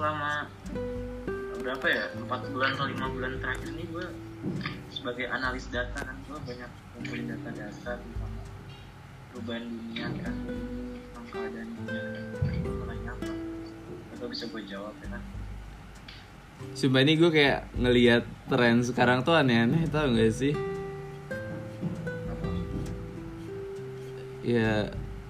selama berapa ya 4 bulan atau 5 bulan terakhir ini gue sebagai analis data kan, gue banyak ngumpulin data-data tentang perubahan dunia akhir-akhir ini, tentang keadaan dunia akhir-akhir ini mulai apa, atau bisa gue jawab ya kan. Sumpah ini gue kayak ngelihat tren sekarang tuh aneh-aneh, tau gak sih? Ya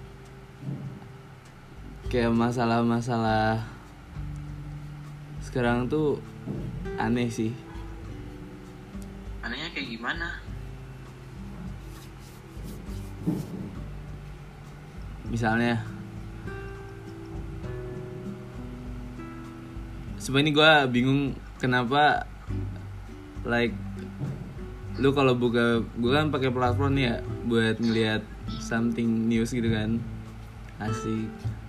kayak masalah-masalah sekarang tuh aneh sih. Anehnya kayak gimana? Misalnya sebenarnya ini gue bingung kenapa like lu kalau buka, gue kan pakai platform nih ya buat ngeliat something news gitu kan, asik.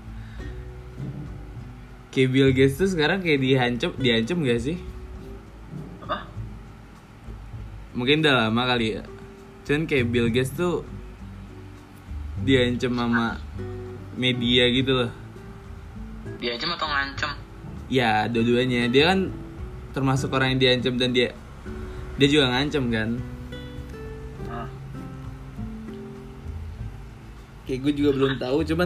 Kayak Bill Gates tuh sekarang kayak diancam gak sih? Apa? Mungkin udah lama kali ya. Cuman kayak Bill Gates tuh diancam sama media gitu loh. Diancam atau ngancam? Ya dua-duanya. Dia kan termasuk orang yang diancam dan dia juga ngancam kan. Kayak gue juga belum tahu, cuman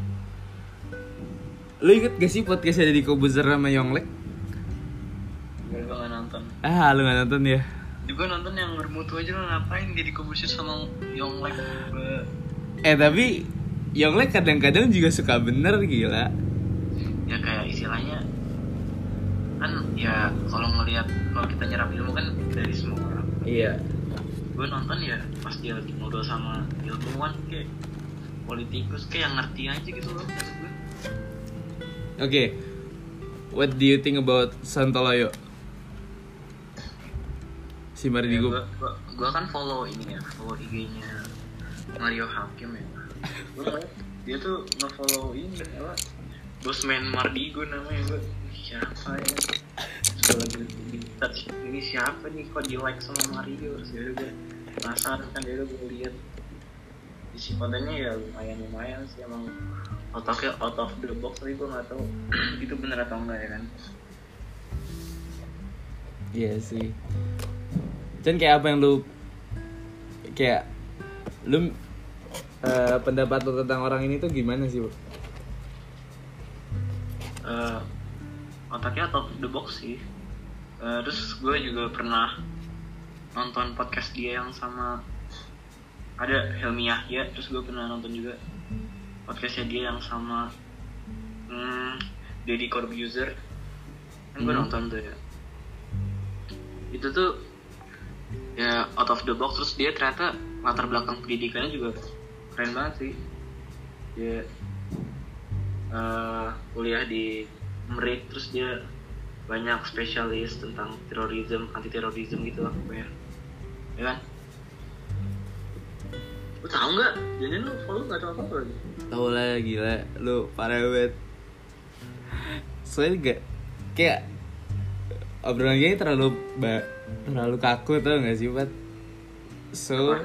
lu inget gak sih podcastnya Deddy Corbuzier sama Yonglek? Gue gak nonton. Lu gak nonton ya? Juga nonton yang bermutu aja, lo ngapain Deddy Corbuzier sama Yonglek? Tapi Yonglek kadang-kadang juga suka bener, gila. Ya kayak istilahnya kan ya kalau kita nyerap ilmu kan dari semua orang. Iya. Gue nonton ya pas dia lagi ngobrol sama ilmuwan kayak politikus kayak yang ngerti aja gitu loh maksud gue. Okay, what do you think about Santoloyo? Si Mardigo. Ya, gue kan follow IG-nya Mario Hakim ya. Gue ngeliat dia tuh nge-follow ini apa? Bosman Mardigo namanya. Gue siapa ya? Gue lagi di touch ini siapa nih kok di like sama Mario? Terus gue penasaran kan, dia gue lihat isi kontennya ya lumayan sih, emang otaknya out of the box, tapi gue nggak tahu itu bener atau enggak ya kan. Iya sih. Dan kayak apa yang lu pendapat lu tentang orang ini tuh gimana sih, Bu? Otaknya out of the box sih. Terus gue juga pernah nonton podcast dia yang sama ada Helmi Yahya, terus gue pernah nonton juga podcastnya dia yang sama Deddy Corbuzier kan. Gue nonton tuh ya, itu tuh ya out of the box. Terus dia ternyata latar belakang pendidikannya juga keren banget sih. Dia kuliah di MERIT, terus dia banyak spesialis tentang terorisme, anti terorisme gitu lah pokoknya, ya kan. Lu tau nggak? Jadi lu follow nggak tahu apa lagi? Tahu lah, gila, lu parah banget. Soalnya gak kayak obrolan gini terlalu kaku, tau nggak sih, Pat? So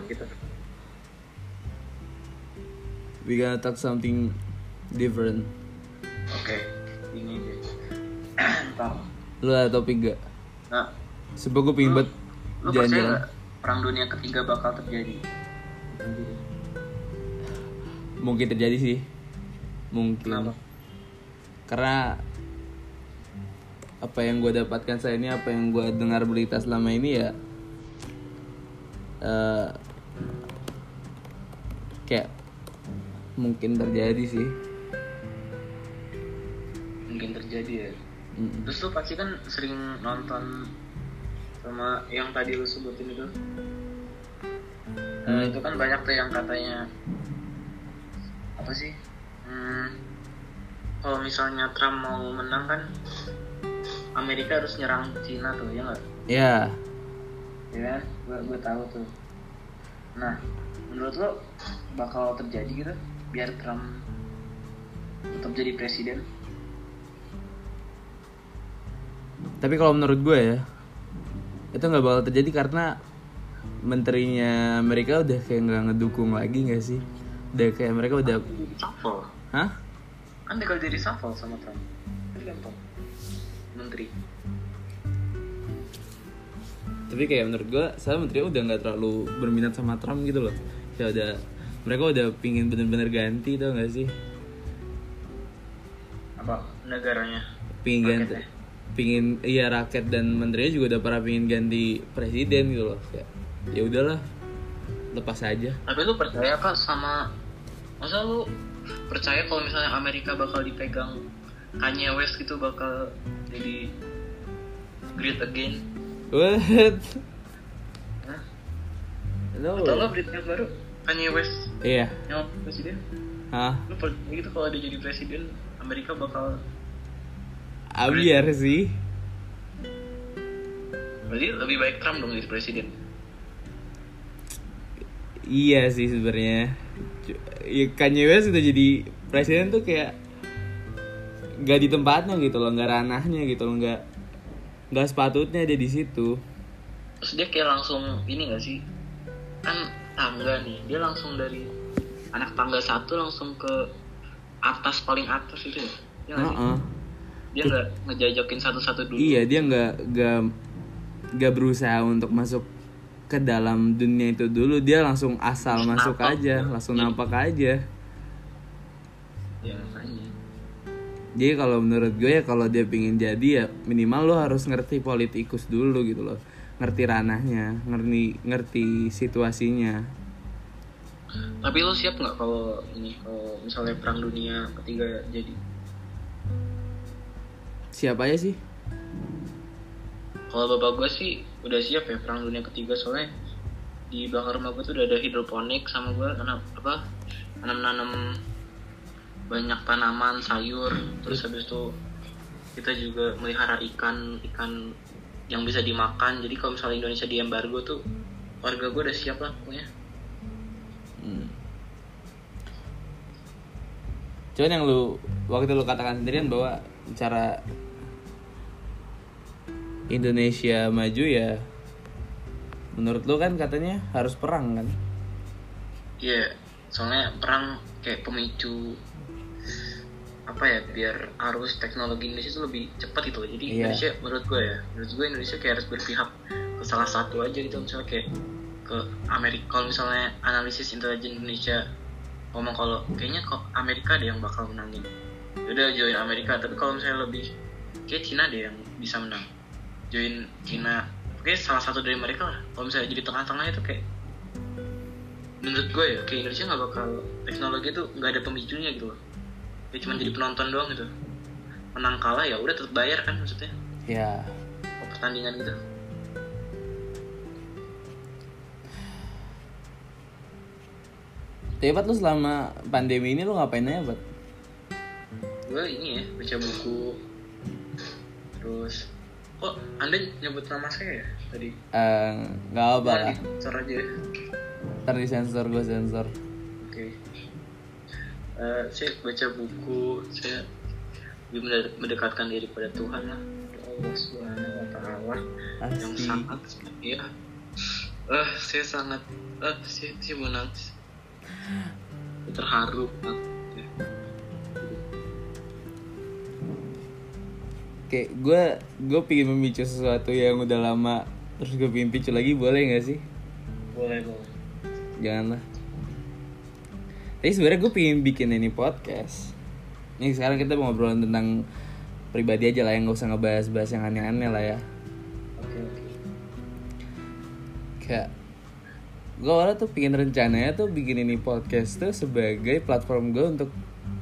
we gonna talk something different. Oke, ini deh. Ntar. Lu ada topik gak? Nah, sebab gue pengen banget lu jalan-jalan. percaya gak perang dunia ketiga bakal terjadi? Mungkin terjadi sih. Mungkin. Kenapa? Karena apa yang gue dapatkan saya ini, apa yang gue dengar berita selama ini ya, kayak mungkin terjadi sih. Mungkin terjadi ya. Terus lu pasti kan sering nonton sama yang tadi lu sebutin itu. Itu kan banyak tuh yang katanya apa sih? Kalau misalnya Trump mau menang kan Amerika harus nyerang Cina tuh, ya nggak? Iya. Ya kan, gue tahu tuh. Nah, menurut lo bakal terjadi gitu biar Trump tetap jadi presiden? Tapi kalau menurut gue ya, itu nggak bakal terjadi karena menterinya Amerika udah kayak nggak ngedukung lagi nggak sih? Udah kayak mereka udah Shuffle. Hah? Kan bakal jadi shuffle sama Trump. Itu gampang. menteri. Tapi kayak menurut gue saya menteri udah nggak terlalu berminat sama Trump gitu loh. Kayak mereka udah pingin bener-bener ganti, tau gak sih? Apa negaranya? Pingin ganti, pingin iya rakyat dan menterinya juga udah pernah pingin ganti presiden gitu loh. Kayak ya udahlah, lepas aja. Tapi lu percaya apa sama, masa lu percaya kalau misalnya Amerika bakal dipegang Kanye West gitu, bakal jadi great again? What? Hah? No. Atau lo berita baru Kanye West Iya. yang presiden? Hah? Lu percaya gitu kalau dia jadi presiden Amerika bakal? Biar sih. Berarti lebih baik Trump dong jadi presiden. Iya sih sebenarnya. Ya, Kanye West udah jadi presiden tuh kayak gak di tempatnya gitu loh, gak ranahnya gitu loh, gak sepatutnya dia di situ. Terus dia kayak langsung ini gak sih, kan tangga nih, dia langsung dari anak tangga 1 langsung ke atas, paling atas itu ya? Iya gak sih? Dia gak ngejajakin satu-satu dulu. Iya, dia gak berusaha untuk masuk ke dalam dunia itu dulu. Dia langsung asal masuk aja, langsung nampak aja. Ya makanya. Jadi kalau menurut gue ya, kalau dia pingin jadi ya minimal lo harus ngerti politikus dulu gitu loh, ngerti ranahnya, ngerti situasinya. Tapi lo siap nggak kalau misalnya perang dunia ketiga jadi? Siap aja sih. Kalau bapak gue sih udah siap ya perang dunia ketiga, soalnya di belakang rumah gue tuh udah ada hidroponik, sama gue nanam banyak tanaman sayur. Terus habis itu kita juga melihara ikan yang bisa dimakan. Jadi kalau misalnya Indonesia di embargo tuh, warga gue udah siap lah pokoknya. Cuman yang waktu lu katakan sendirian bahwa cara Indonesia maju ya, menurut lu kan katanya harus perang kan? Iya, soalnya perang kayak pemicu apa ya, biar arus teknologi Indonesia itu lebih cepat gitu. Jadi Indonesia menurut gue Indonesia kayak harus berpihak ke salah satu aja gitu. Misalnya kayak ke Amerika. Kalau misalnya analisis intelijen Indonesia ngomong kalau kayaknya kok Amerika ada yang bakal menangin, udah join Amerika. Tapi kalau misalnya lebih kayak Cina deh yang bisa menang, join Cina. Oke, salah satu dari mereka lah. Kalau misalnya jadi tengah-tengah itu kayak, menurut gue ya, kayak Indonesia nggak bakal, teknologi itu nggak ada pemicunya gitu loh. Dia cuma jadi penonton doang gitu. Menang kalah ya udah tetap bayar kan maksudnya. Ya. Pertandingan gitu. Tapi Pat, lu selama pandemi ini lu ngapain aja, Pat? Gue ini ya, baca buku. Terus, kok Anda nyebut nama saya ya tadi? Nggak apa lah. Sensor aja ya. Ntar disensor, gue sensor. Oke. Saya baca buku, saya lebih mendekatkan diri pada Tuhan lah, Allah Subhanahu wa Ta'ala, yang sangat ya. Saya sangat saya menangis, terharu banget. Kayak gue pengen memicu sesuatu yang udah lama, terus gue pengen picu lagi, boleh nggak sih? Boleh. Janganlah. Tapi sebenarnya gue pengen bikin ini podcast. Nih sekarang kita mau ngobrol tentang pribadi aja lah, yang nggak usah ngebahas yang aneh-aneh lah ya. Oke. Kayak gue awalnya tuh pengen rencananya tuh bikin ini podcast tuh sebagai platform gue untuk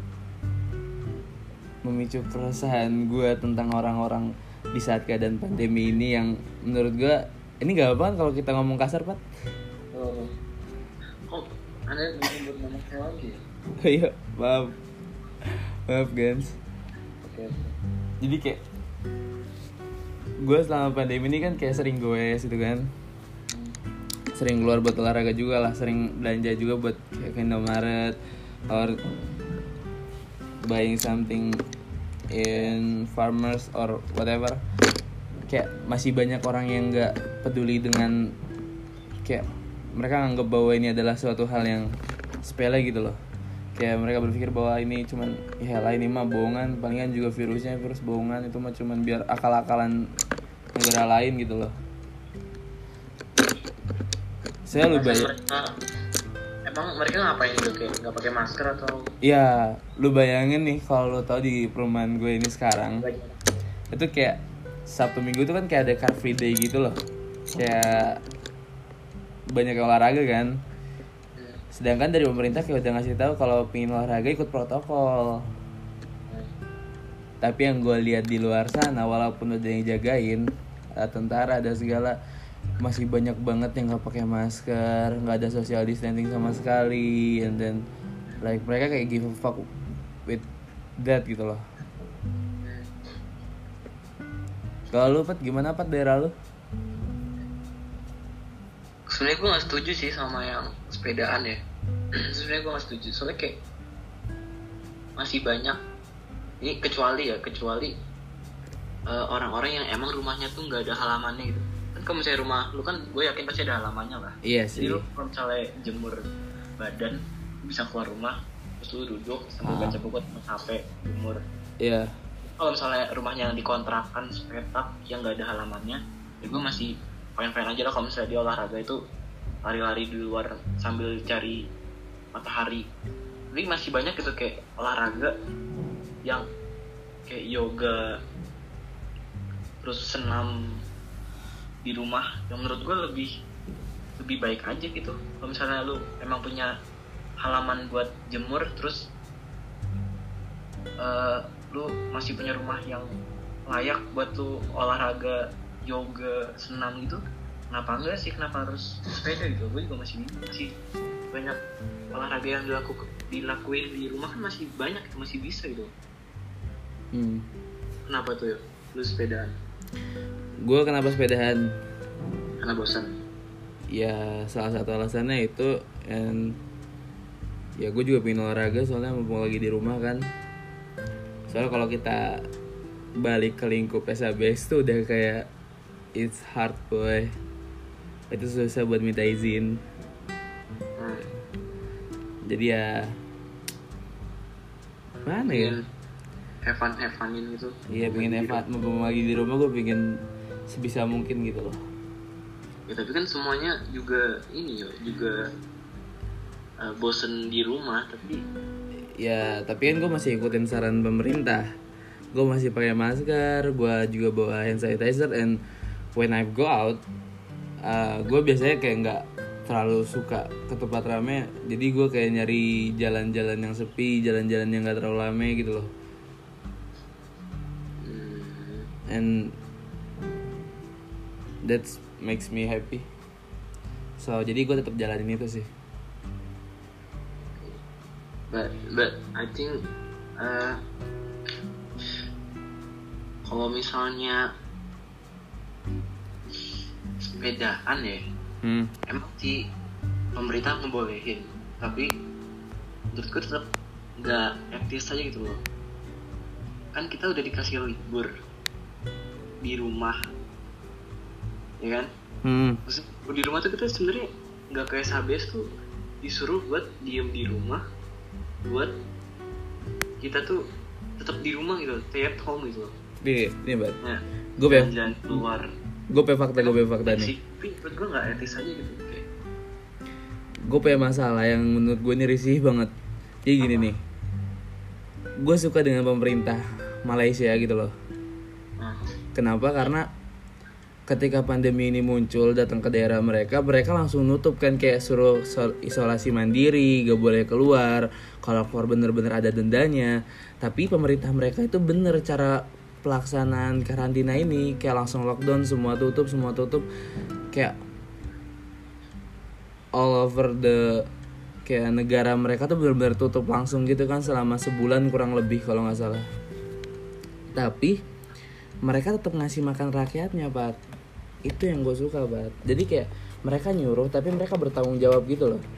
memicu perasaan gue tentang orang-orang di saat keadaan pandemi ini, yang menurut gue ini gak apa-apa kalau kita ngomong kasar, Pat. Kok Anda menyebut nama saya lagi? Iya, maaf guys. Oke. Jadi kayak gue selama pandemi ini kan kayak sering goes gitu kan, sering keluar buat olahraga juga lah, sering belanja juga buat kayak Indomaret or buying something in farmers or whatever. Kayak masih banyak orang yang nggak peduli dengan, kayak mereka nganggap bahwa ini adalah suatu hal yang sepele gitu loh. Kayak mereka berpikir bahwa ini cuman ya lah ini mah bohongan, palingan juga virusnya virus bohongan, itu mah cuman biar akal-akalan negara lain gitu loh. Saya lu Emang mereka ngapain gitu, kayak nggak pakai masker atau? ya lu bayangin nih kalau lu tau di perumahan gue ini sekarang itu kayak Sabtu Minggu itu kan kayak ada Car Free Day gitu loh, kayak banyak yang olahraga kan. Sedangkan dari pemerintah kayak udah ngasih tahu kalau pengen olahraga ikut protokol. Tapi yang gue lihat di luar sana, walaupun udah yang jagain, tentara ada segala, masih banyak banget yang nggak pakai masker, nggak ada social distancing sama sekali, and then like mereka kayak give a fuck with that gitu loh. Kalau lu Pat, gimana Pat daerah lu? Sebenarnya gue nggak setuju sih sama yang sepedaan ya. Sebenarnya gue nggak setuju, soalnya kayak masih banyak ini, kecuali orang-orang yang emang rumahnya tuh nggak ada halamannya gitu. Kan kalau misalnya rumah lu kan, gue yakin pasti ada halamannya lah. Iya sih. Jadi lu kalau misalnya jemur badan, bisa keluar rumah, terus lu duduk sambil baca buku atau HP, jemur. Iya. Kalau misalnya rumahnya yang dikontrakan sepetak yang nggak ada halamannya, ya gue masih fine-fine aja lah kalau misalnya dia olahraga itu lari-lari di luar sambil cari matahari. Tapi masih banyak gitu kayak olahraga yang kayak yoga, terus senam di rumah, yang menurut gue lebih baik aja gitu. Kalau misalnya lu emang punya halaman buat jemur, terus lu masih punya rumah yang layak buat lu olahraga, yoga, senam gitu, kenapa enggak sih, kenapa harus sepeda gitu? Gue juga masih banyak olahraga yang dilakuin di rumah kan, masih banyak, itu masih bisa gitu. Kenapa tuh ya lu sepedaan? Gue kenapa sepedaan? Karena bosan. Ya salah satu alasannya itu, and ya gue juga pengen olahraga soalnya mumpung lagi di rumah kan. Soalnya kalau kita balik ke lingkup SABS tuh udah kayak it's hard boy, itu susah buat minta izin. Jadi ya mana ya, have funin gitu. Iya pengen mumpung lagi di rumah, gue pengen sebisa mungkin gitu loh. Ya tapi kan semuanya juga ini ya, juga bosen di rumah. Tapi kan gue masih ikutin saran pemerintah. Gue masih pakai masker, gue juga bawa hand sanitizer, and when I go out, gue biasanya kayak nggak terlalu suka ke tempat rame. Jadi gue kayak nyari jalan-jalan yang sepi, jalan-jalan yang nggak terlalu rame gitu loh. And that makes me happy. So jadi gue tetap jalanin itu sih. But I think kalau misalnya sepedaan ya, emang sih pemerintah ngebolehin, tapi menurutku tetap nggak etis aja gitu loh. Kan kita udah dikasih libur di rumah, ya kan? Maksudnya di rumah tuh kita sebenarnya nggak kayak SABS tuh disuruh buat diem di rumah, buat kita tuh tetap di rumah gitu, stay at home gitu loh. Ini Bat. Nah, gue jalan keluar. Gue fakta nih. Tapi menurut gue nggak etis aja gitu. Kayak gue punya masalah yang menurut gue ini risih banget. Jadi gini nih, gue suka dengan pemerintah Malaysia gitu loh. Kenapa? Karena ketika pandemi ini muncul datang ke daerah mereka langsung nutup kan, kayak suruh isolasi mandiri, gak boleh keluar, kalau keluar bener-bener ada dendanya. Tapi pemerintah mereka itu bener cara pelaksanaan karantina ini, kayak langsung lockdown, semua tutup, kayak all over the kayak negara mereka tuh bener-bener tutup langsung gitu kan selama sebulan kurang lebih kalau nggak salah. Tapi mereka tetap ngasih makan rakyatnya, Pak. Itu yang gue suka banget. Jadi kayak mereka nyuruh tapi mereka bertanggung jawab gitu loh.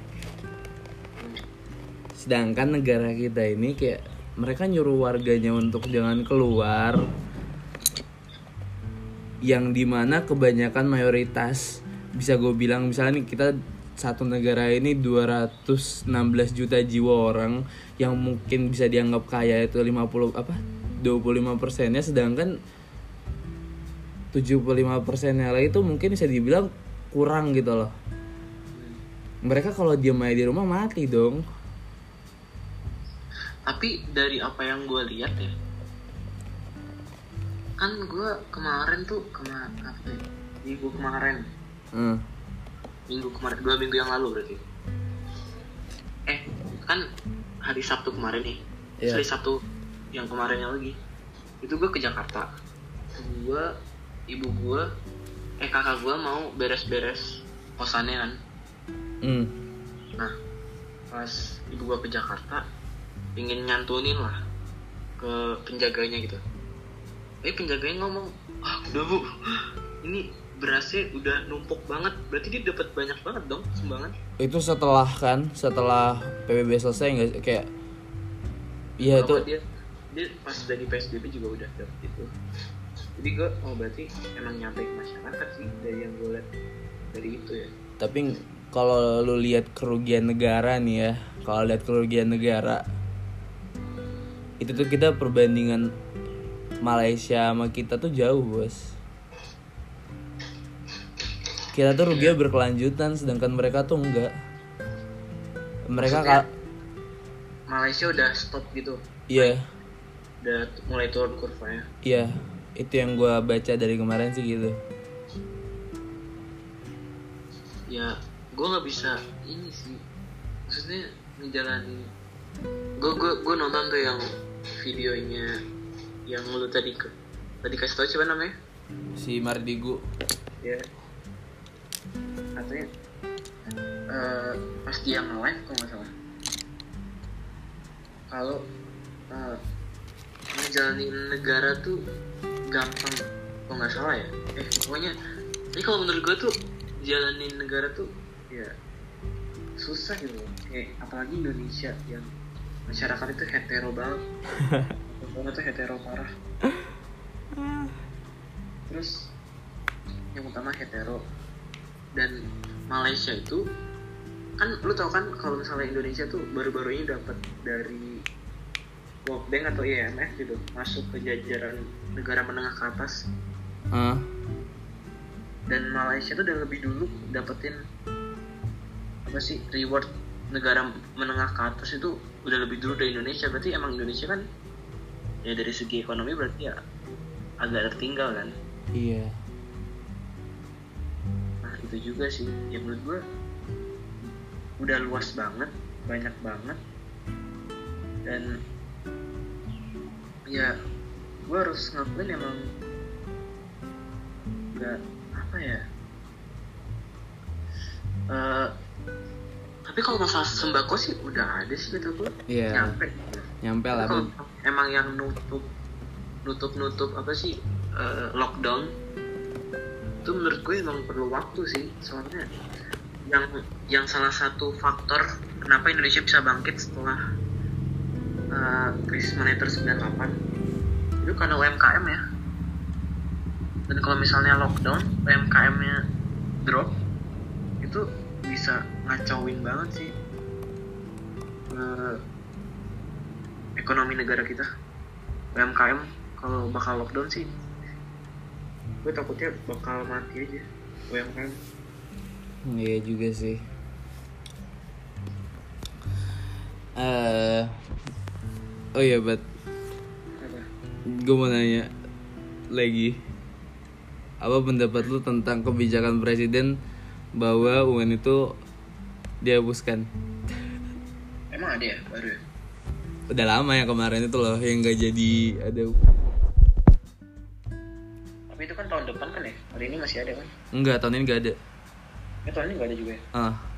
Sedangkan negara kita ini kayak mereka nyuruh warganya untuk jangan keluar, yang dimana kebanyakan mayoritas, bisa gue bilang misalnya nih kita satu negara ini 216 juta jiwa orang yang mungkin bisa dianggap kaya itu 25%-nya, sedangkan 75%-nya lagi itu mungkin bisa dibilang kurang gitu loh. Mereka kalau diem aja di rumah mati dong. Tapi dari apa yang gue lihat ya, kan gue kemarin tuh minggu kemarin 2 minggu yang lalu berarti. Kan hari Sabtu kemarin nih. Yeah. Hari Sabtu yang kemarinnya lagi. Itu gue ke Jakarta. Kakak gue mau beres-beres kosannya kan. Nah, pas ibu gue ke Jakarta, ingin nyantunin lah ke penjaganya gitu. Penjaganya ngomong, udah bu, ini berasnya udah numpuk banget, berarti dia dapat banyak banget dong sumbangan. Itu setelah PBB selesai nggak kayak? Iya itu. Dia pas dari PSBB juga udah dapet itu. Jadi gue, berarti emang nyampe ke masyarakat sih dari yang gue lihat dari itu ya. Tapi kalau lu lihat kerugian negara nih ya, itu tuh kita perbandingan Malaysia sama kita tuh jauh bos. Kita tuh ruginya berkelanjutan, sedangkan mereka tuh enggak. Malaysia udah stop gitu. Iya. Udah mulai turun kurvanya. Iya, itu yang gue baca dari kemarin sih gitu. Ya, gue nggak bisa ini sih. Maksudnya ngejalanin. Gue nonton tuh yang videonya yang lu tadi kasih tau siapa namanya? Si Mardigu. Ya. Katanya pas dia nge-live kalau nggak salah, kalau ngejalanin negara tuh gampang kalau nggak salah ya. Pokoknya ini kalau menurut gue tuh jalanin negara tuh ya susah gitu. Apalagi Indonesia yang masyarakat itu hetero banget. Orang tuh hetero parah. Terus yang utama hetero. Dan Malaysia itu kan lu tau kan kalau misalnya Indonesia tuh baru-baru ini dapat dari World Bank atau IMF gitu masuk ke jajaran negara menengah ke atas. Dan Malaysia tuh udah lebih dulu dapetin reward negara menengah ke atas itu udah lebih dulu dari Indonesia. Berarti emang Indonesia kan ya dari segi ekonomi berarti ya agak tertinggal kan. Iya. Itu juga sih ya, menurut gue udah luas banget, banyak banget, dan ya gue harus ngakuin emang gak tapi kalau masalah sembako sih udah ada sih kata gue. Yeah. Nyampe lah. Kalau emang yang nutup lockdown itu menurut gue emang perlu waktu sih. Soalnya yang salah satu faktor kenapa Indonesia bisa bangkit setelah krisis moneter 98 itu karena UMKM ya. Dan kalau misalnya lockdown, UMKM-nya drop, itu bisa ngacauin banget sih ekonomi negara kita. UMKM kalau bakal lockdown sih gue takutnya bakal mati aja UMKM. Iya juga sih. Oh iya, gue mau nanya lagi, apa pendapat lu tentang kebijakan presiden bahwa UN itu dihapuskan? Emang ada ya baru ya? Udah lama ya, kemarin itu loh yang nggak jadi ada. Tapi itu kan tahun depan kan ya? Hari ini masih ada kan? Enggak, tahun ini nggak ada. Ya tahun ini nggak ada juga ya?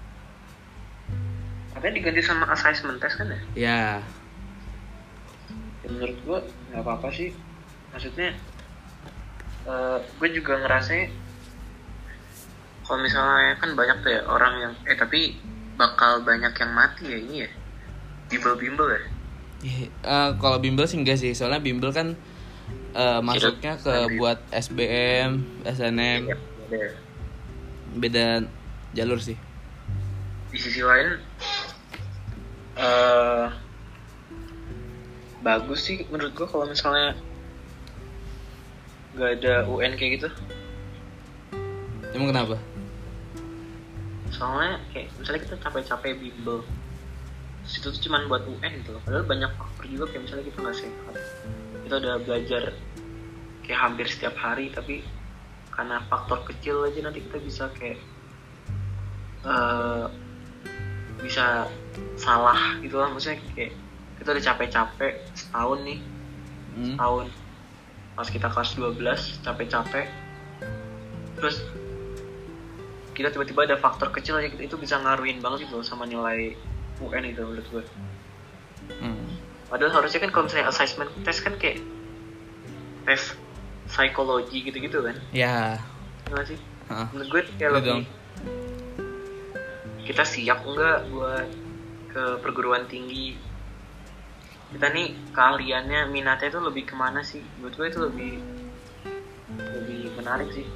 Katanya diganti sama assessment test kan ya? Ya. Menurut gue nggak apa-apa sih. Maksudnya gue juga ngerasa kalau misalnya kan banyak tuh ya orang yang tapi bakal banyak yang mati ya ini ya, bimbel ya. Kalau bimbel sih enggak sih, soalnya bimbel kan masuknya ke buat SBM, SNM, beda jalur sih. di sisi lain bagus sih menurut gue kalau misalnya gak ada UN kayak gitu. Emang kenapa? Soalnya kayak misalnya kita capek-capek bimbel, terus itu tuh cuman buat UN gitu loh. Padahal banyak faktor juga kayak misalnya kita nggak sehat, kita udah belajar kayak hampir setiap hari, tapi karena faktor kecil aja nanti kita bisa kayak bisa salah gitu lah. Maksudnya kayak kita udah capek-capek setahun nih, setahun pas kita kelas 12 capek-capek, terus kita tiba-tiba ada faktor kecil aja gitu, itu bisa ngaruhin banget gitu loh sama nilai UN itu menurut gue. Padahal harusnya kan kalau misalnya assessment test kan kayak tes psikologi gitu-gitu kan. Ya. Gimana sih? Menurut gue kayak lebih kita siap enggak buat ke perguruan tinggi, kita nih keahliannya, minatnya itu lebih kemana sih? Menurut gue itu lebih menarik sih.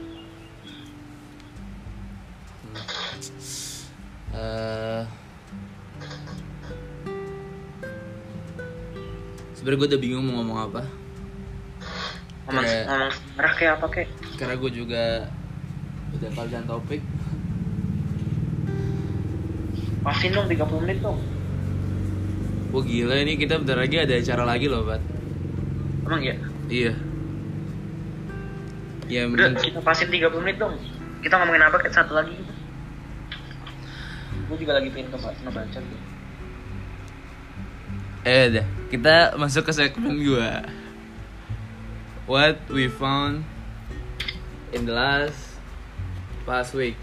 Sebenarnya gue udah bingung mau ngomong apa. Ngomong arah kayak apa kayak? Karena gue juga udah kehabisan topik. Pasin dong 30 menit dong. Wah gila, ini kita bentar lagi ada acara lagi loh, Pat. Emang ya? Iya. Ya udah kita pasin 30 menit dong. Kita ngomongin apa kayak satu lagi gitu. Gue juga lagi pengen ngebaca gitu. Udah, kita masuk ke segmen gua. What we found in the past week.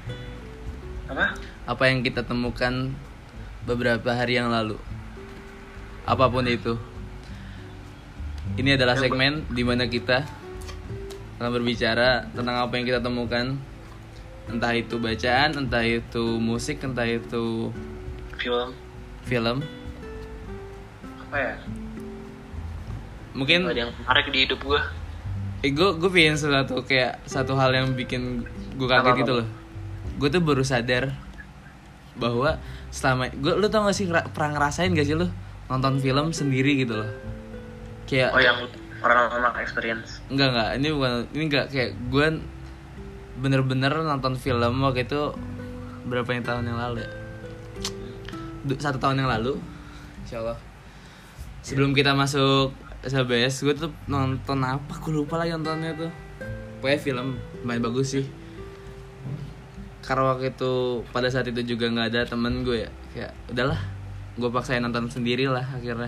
Apa yang kita temukan beberapa hari yang lalu. Apapun itu. Ini adalah segmen di mana kita akan berbicara tentang apa yang kita temukan. Entah itu bacaan, entah itu musik, entah itu film. Apa ya? Mungkin ada yang menarik di hidup gue. Gue pengen satu hal yang bikin gue kaget gitu loh. Gue tuh baru sadar bahwa selama lu tau gak sih, pernah ngerasain gak sih lu nonton film sendiri gitu loh? Kayak yang orang-orang experience. Enggak, ini enggak kayak gue bener-bener nonton film waktu itu berapa tahun yang lalu ya? 1 tahun yang lalu, insyaallah. Sebelum kita masuk SBS, gue tuh nonton apa? Gue lupa lagi nontonnya tuh. Pokoknya film main bagus sih. Karena waktu itu pada saat itu juga nggak ada temen gue ya, kayak udahlah, gue paksain nonton sendiri lah akhirnya.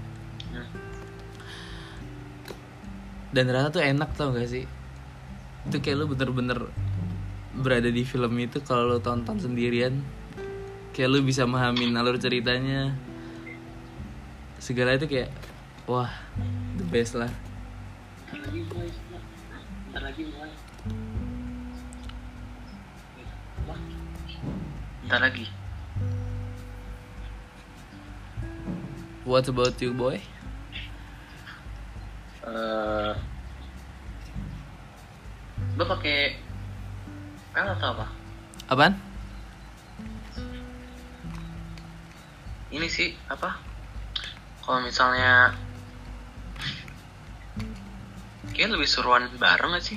Dan ternyata tuh enak, tau gak sih? Itu kayak lu bener-bener berada di film itu kalau lu tonton sendirian. Kayak lu bisa memahami alur ceritanya, segala itu kayak wah, the best lah. Bentar lagi. What about you, boy? Lo pakai pel atau apa? Apaan? Ini sih apa? Kalau misalnya kayak lebih seruan bareng gak sih?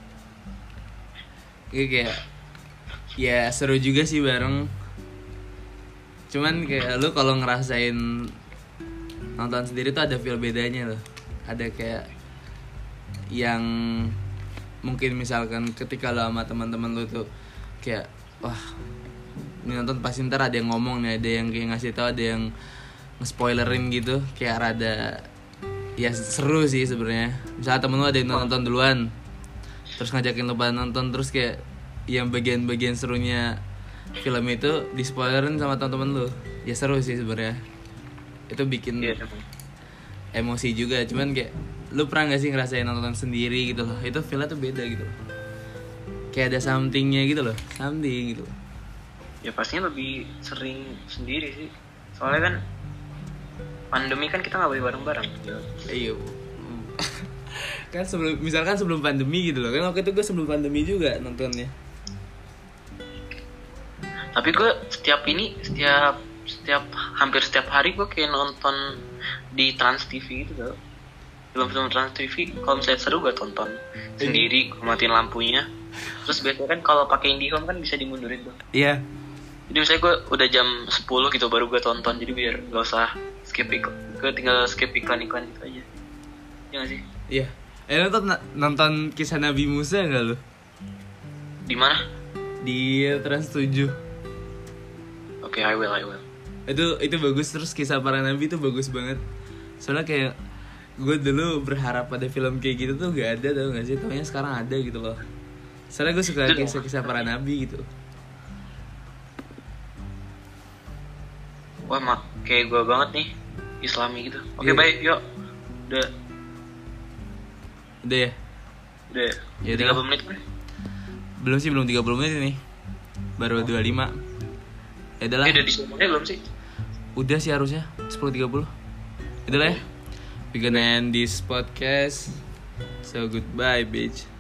Kayak ya seru juga sih bareng. Cuman kayak lu kalau ngerasain nonton sendiri tuh ada feel bedanya loh. Ada kayak yang mungkin misalkan ketika lo sama teman-teman lu tuh kayak wah, ini nonton pasti ntar ada yang ngomong nih, ada yang kayak ngasih tahu, ada yang nge-spoilerin gitu, kayak rada ya seru sih sebenarnya. Misalnya temen lu ada yang nonton duluan, terus ngajakin lu pada nonton, terus kayak yang bagian-bagian serunya film itu di-spoilerin sama teman-teman lu, ya seru sih sebenarnya. Itu bikin emosi juga. Cuman kayak lu pernah gak sih ngerasain nonton sendiri gitu loh, itu feel-nya tuh beda gitu loh, kayak ada something-nya gitu loh, something gitu loh. Ya pastinya lebih sering sendiri sih, soalnya kan pandemi kan kita gak boleh bareng-bareng. Iya. Kan sebelum pandemi gitu loh, kan waktu itu gue sebelum pandemi juga nontonnya. Tapi gue hampir setiap hari gue kayak nonton di Trans TV gitu tau. Film-film Trans TV kalau misalnya seru gue tonton sendiri, gue matiin lampunya. Terus biasanya kan kalau pakai IndiHome kan bisa dimundurin tuh. Iya. Jadi misalnya gue udah jam 10 gitu baru gue tonton, jadi biar gak usah skip iklan, gue tinggal skip iklan-iklan gitu aja. Iya gak sih? Iya. Lo nonton Kisah Nabi Musa nggak lo? Di mana? Di Trans 7. Oke, I will. Itu bagus, terus kisah para nabi itu bagus banget. Soalnya kayak gue dulu berharap ada film kayak gitu tuh gak ada, tau gak sih? Taunya sekarang ada gitu loh. Soalnya gue suka kisah-kisah para nabi gitu. Wah, kayak gue banget nih Islami gitu. Oke, baik, yuk. Udah ya? Udah. Ya 30 menit kan? Belum 30 menit ini. Baru 25. Ya udahlah. Udah di semuanya belum sih? Udah sih harusnya 10.30. Udah lah ya. We gonna end this podcast. So goodbye, bitch.